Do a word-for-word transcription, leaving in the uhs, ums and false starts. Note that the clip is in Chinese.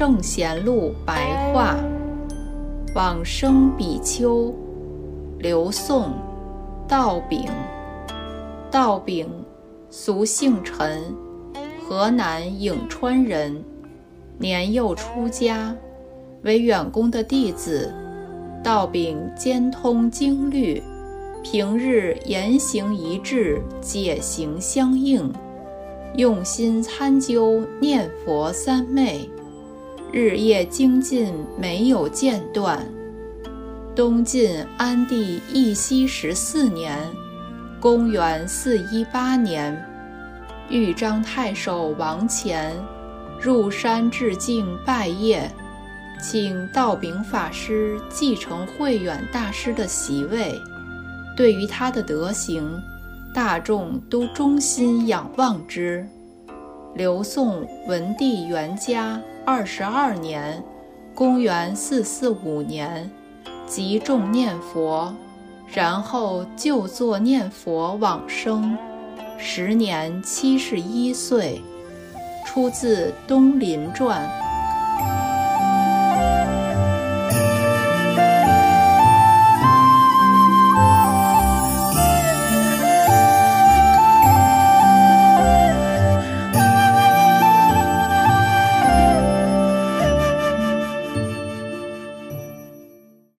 圣贤录白话，往生比丘，刘宋，道炳。道炳，俗姓陈，河南颍川人，年幼出家，为远公的弟子。道炳兼通经律，平日言行一致，解行相应，用心参究念佛三昧，日夜精进，没有间断。东晋安帝义熙十四年，公元四一八年，豫章太守王虔入山致敬拜谒，请道炳法师继承慧远大师的席位。对于他的德行，大众都衷心仰望之。刘宋文帝元嘉二十二年，公元四四五年，即众念佛，然后就坐念佛往生，时年七十一岁。出自《东林传》。